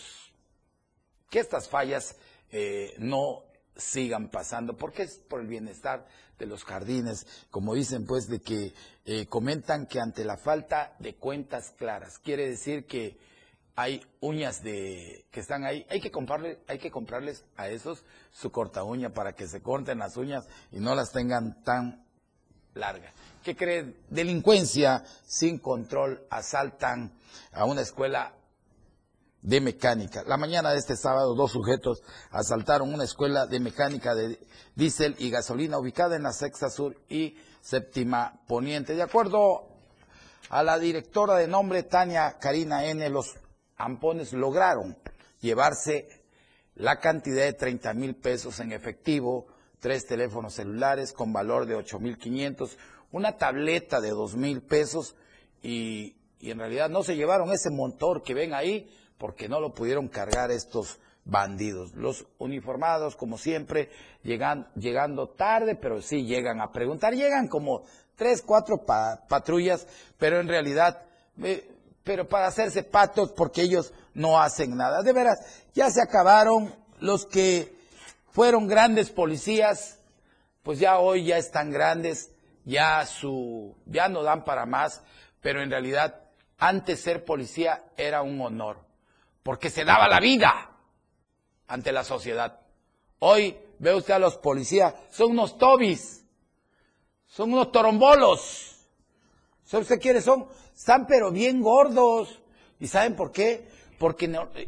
estas fallas no sigan pasando, porque es por el bienestar de los jardines, como dicen, pues, de que comentan que ante la falta de cuentas claras, quiere decir que hay uñas que están ahí, hay que comprarles a esos su corta uña para que se corten las uñas y no las tengan tan largas. ¿Qué creen? Delincuencia sin control, asaltan a una escuela de mecánica. La mañana de este sábado, 2 sujetos asaltaron una escuela de mecánica de diésel y gasolina ubicada en la Sexta Sur y Séptima Poniente. De acuerdo a la directora de nombre Tania Karina N., los ampones lograron llevarse la cantidad de 30,000 pesos en efectivo, 3 teléfonos celulares con valor de 8,500, una tableta de 2,000 pesos y en realidad no se llevaron ese motor que ven ahí porque no lo pudieron cargar estos bandidos. Los uniformados, como siempre, llegando tarde, pero sí llegan a preguntar. Llegan como 3, 4 patrullas, pero en realidad, pero para hacerse patos porque ellos no hacen nada. De veras, ya se acabaron los que fueron grandes policías, pues ya hoy ya están grandes, ya no dan para más, pero en realidad antes ser policía era un honor, porque se daba la vida ante la sociedad. Hoy ve usted a los policías, son unos tobis, son unos torombolos. ¿Sabe usted quiénes son? Están pero bien gordos. ¿Y saben por qué? Porque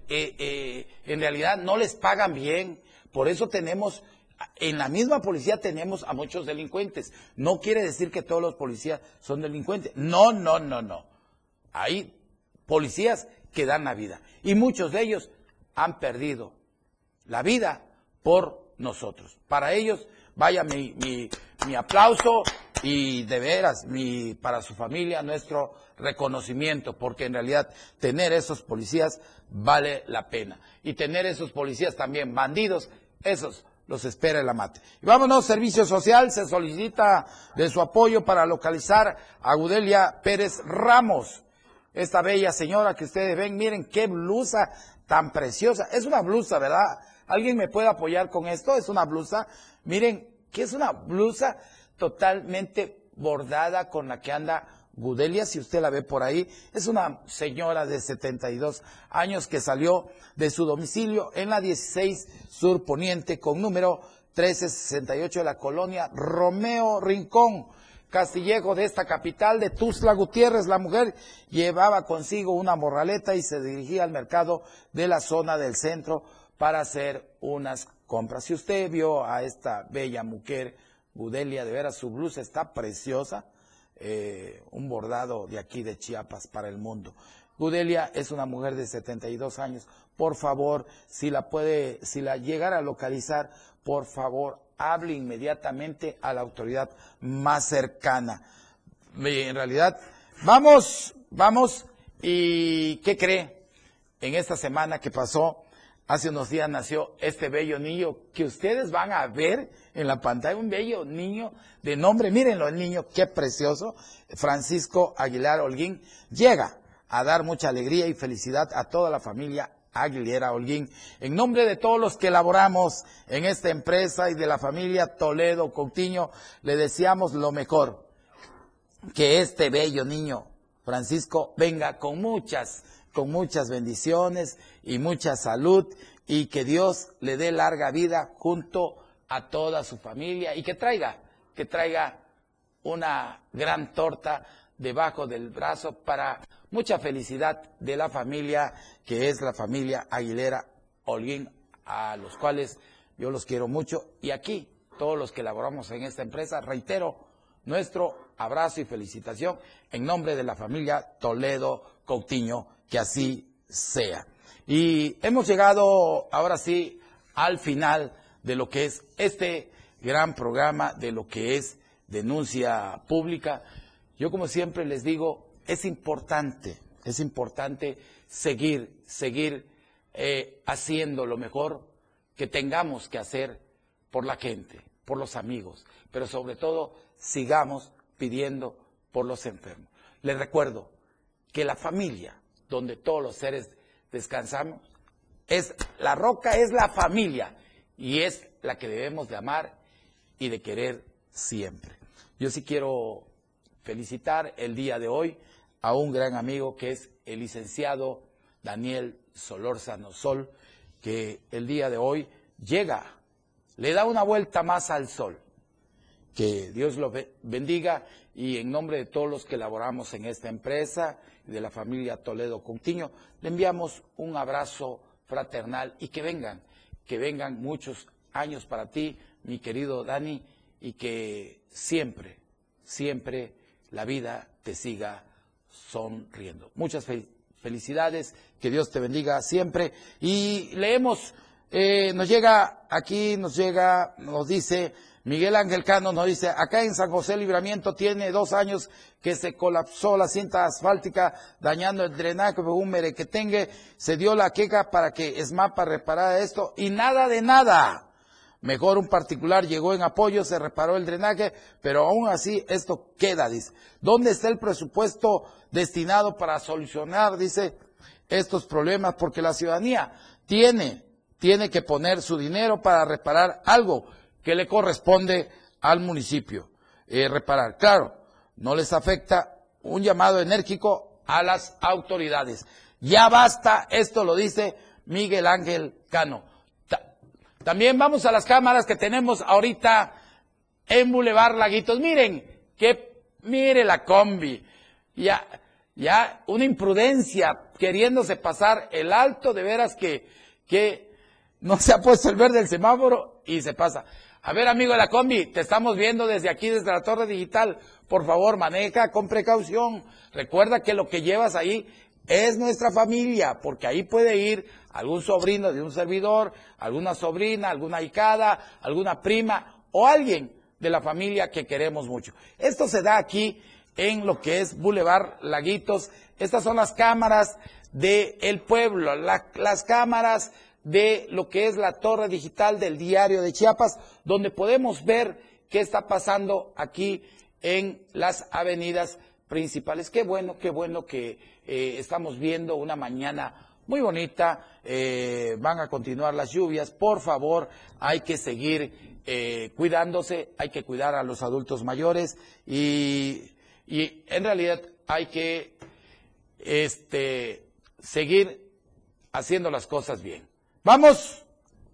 en realidad no les pagan bien. Por eso tenemos, en la misma policía tenemos a muchos delincuentes. No quiere decir que todos los policías son delincuentes. No, no, no, no. Hay policías que dan la vida. Y muchos de ellos han perdido la vida por nosotros. Para ellos, vaya mi aplauso y de veras, para su familia, nuestro reconocimiento, porque en realidad tener esos policías vale la pena. Y tener esos policías también bandidos, esos los espera el amate. Y vámonos, servicio social, se solicita de su apoyo para localizar a Gudelia Pérez Ramos. Esta bella señora que ustedes ven, miren qué blusa tan preciosa. Es una blusa, ¿verdad? ¿Alguien me puede apoyar con esto? Es una blusa. Miren, que es una blusa totalmente bordada con la que anda Gudelia, si usted la ve por ahí. Es una señora de 72 años que salió de su domicilio en la 16 Sur Poniente con número 1368 de la colonia Romeo Rincón, Castillejo, de esta capital de Tuxtla Gutiérrez. La mujer llevaba consigo una morraleta y se dirigía al mercado de la zona del centro para hacer unas compras. Si usted vio a esta bella mujer, Gudelia, de veras su blusa está preciosa, un bordado de aquí de Chiapas para el mundo. Gudelia es una mujer de 72 años. Por favor, si la llegara a localizar, por favor, hable inmediatamente a la autoridad más cercana. En realidad, vamos, y ¿qué cree? En esta semana que pasó, hace unos días nació este bello niño que ustedes van a ver en la pantalla, un bello niño de nombre, mírenlo el niño, qué precioso, Francisco Aguilar Holguín. Llega a dar mucha alegría y felicidad a toda la familia Aguilera Holguín. En nombre de todos los que laboramos en esta empresa y de la familia Toledo Coutinho, le deseamos lo mejor. Que este bello niño, Francisco, venga con muchas bendiciones y mucha salud, y que Dios le dé larga vida junto a toda su familia, y que traiga una gran torta debajo del brazo para mucha felicidad de la familia, que es la familia Aguilera Holguín, a los cuales yo los quiero mucho. Y aquí, todos los que laboramos en esta empresa, reitero nuestro abrazo y felicitación en nombre de la familia Toledo Coutinho, que así sea. Y hemos llegado ahora sí al final de lo que es este gran programa, de lo que es denuncia pública. Yo, como siempre les digo, es importante seguir haciendo lo mejor que tengamos que hacer por la gente, por los amigos, pero sobre todo sigamos pidiendo por los enfermos. Les recuerdo que la familia, donde todos los seres descansamos, la roca es la familia, y es la que debemos de amar y de querer siempre. Yo sí quiero felicitar el día de hoy a un gran amigo que es el licenciado Daniel Solórzano Sol, que el día de hoy llega, le da una vuelta más al sol. Que Dios lo bendiga, y en nombre de todos los que laboramos en esta empresa y de la familia Toledo Coutinho, le enviamos un abrazo fraternal, y que vengan muchos años para ti, mi querido Dani, y que siempre, siempre la vida te siga sonriendo. Muchas felicidades, que Dios te bendiga siempre. Y leemos, nos dice Miguel Ángel Cano, nos dice: acá en San José Libramiento tiene 2 años que se colapsó la cinta asfáltica, dañando el drenaje, un merequetengue, se dio la queja para que ESMAPA reparara esto, y nada de nada. Mejor un particular llegó en apoyo, se reparó el drenaje, pero aún así esto queda, dice. ¿Dónde está el presupuesto destinado para solucionar, dice, estos problemas? Porque la ciudadanía tiene que poner su dinero para reparar algo que le corresponde al municipio reparar. Claro, no les afecta. Un llamado enérgico a las autoridades. Ya basta, esto lo dice Miguel Ángel Cano. También vamos a las cámaras que tenemos ahorita en Boulevard Laguitos. Mire la combi. Ya una imprudencia, queriéndose pasar el alto, de veras que no se ha puesto el verde del semáforo y se pasa. A ver, amigo de la combi, te estamos viendo desde aquí, desde la Torre Digital. Por favor, maneja con precaución. Recuerda que lo que llevas ahí es nuestra familia, porque ahí puede ir algún sobrino de un servidor, alguna sobrina, alguna ahijada, alguna prima o alguien de la familia que queremos mucho. Esto se da aquí en lo que es Boulevard Laguitos. Estas son las cámaras del pueblo, las cámaras de lo que es la Torre Digital del Diario de Chiapas, donde podemos ver qué está pasando aquí en las avenidas principales. Qué bueno que estamos viendo una mañana muy bonita. Van a continuar las lluvias. Por favor, hay que seguir cuidándose, hay que cuidar a los adultos mayores y en realidad hay que seguir haciendo las cosas bien. Vámonos,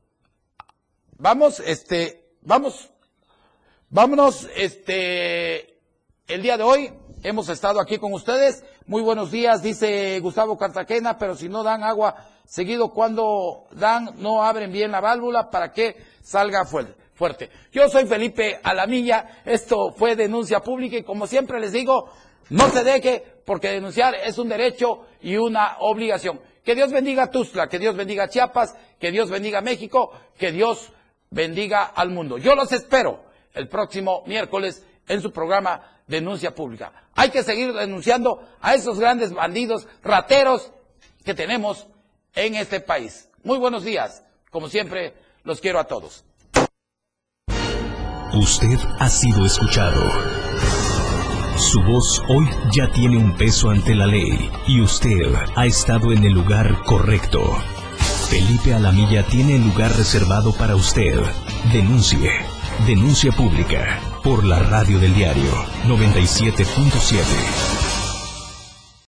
el día de hoy hemos estado aquí con ustedes. Muy buenos días, dice Gustavo Cartagena, pero si no dan agua seguido, cuando dan, no abren bien la válvula para que salga fuerte. Yo soy Felipe Alamilla, esto fue Denuncia Pública, y como siempre les digo, no se deje, porque denunciar es un derecho y una obligación. Que Dios bendiga Tuxtla, que Dios bendiga Chiapas, que Dios bendiga México, que Dios bendiga al mundo. Yo los espero el próximo miércoles en su programa Denuncia Pública. Hay que seguir denunciando a esos grandes bandidos, rateros que tenemos en este país. Muy buenos días. Como siempre, los quiero a todos. Usted ha sido escuchado. Su voz hoy ya tiene un peso ante la ley y usted ha estado en el lugar correcto. Felipe Alamilla tiene el lugar reservado para usted. Denuncia Pública por la Radio del Diario 97.7.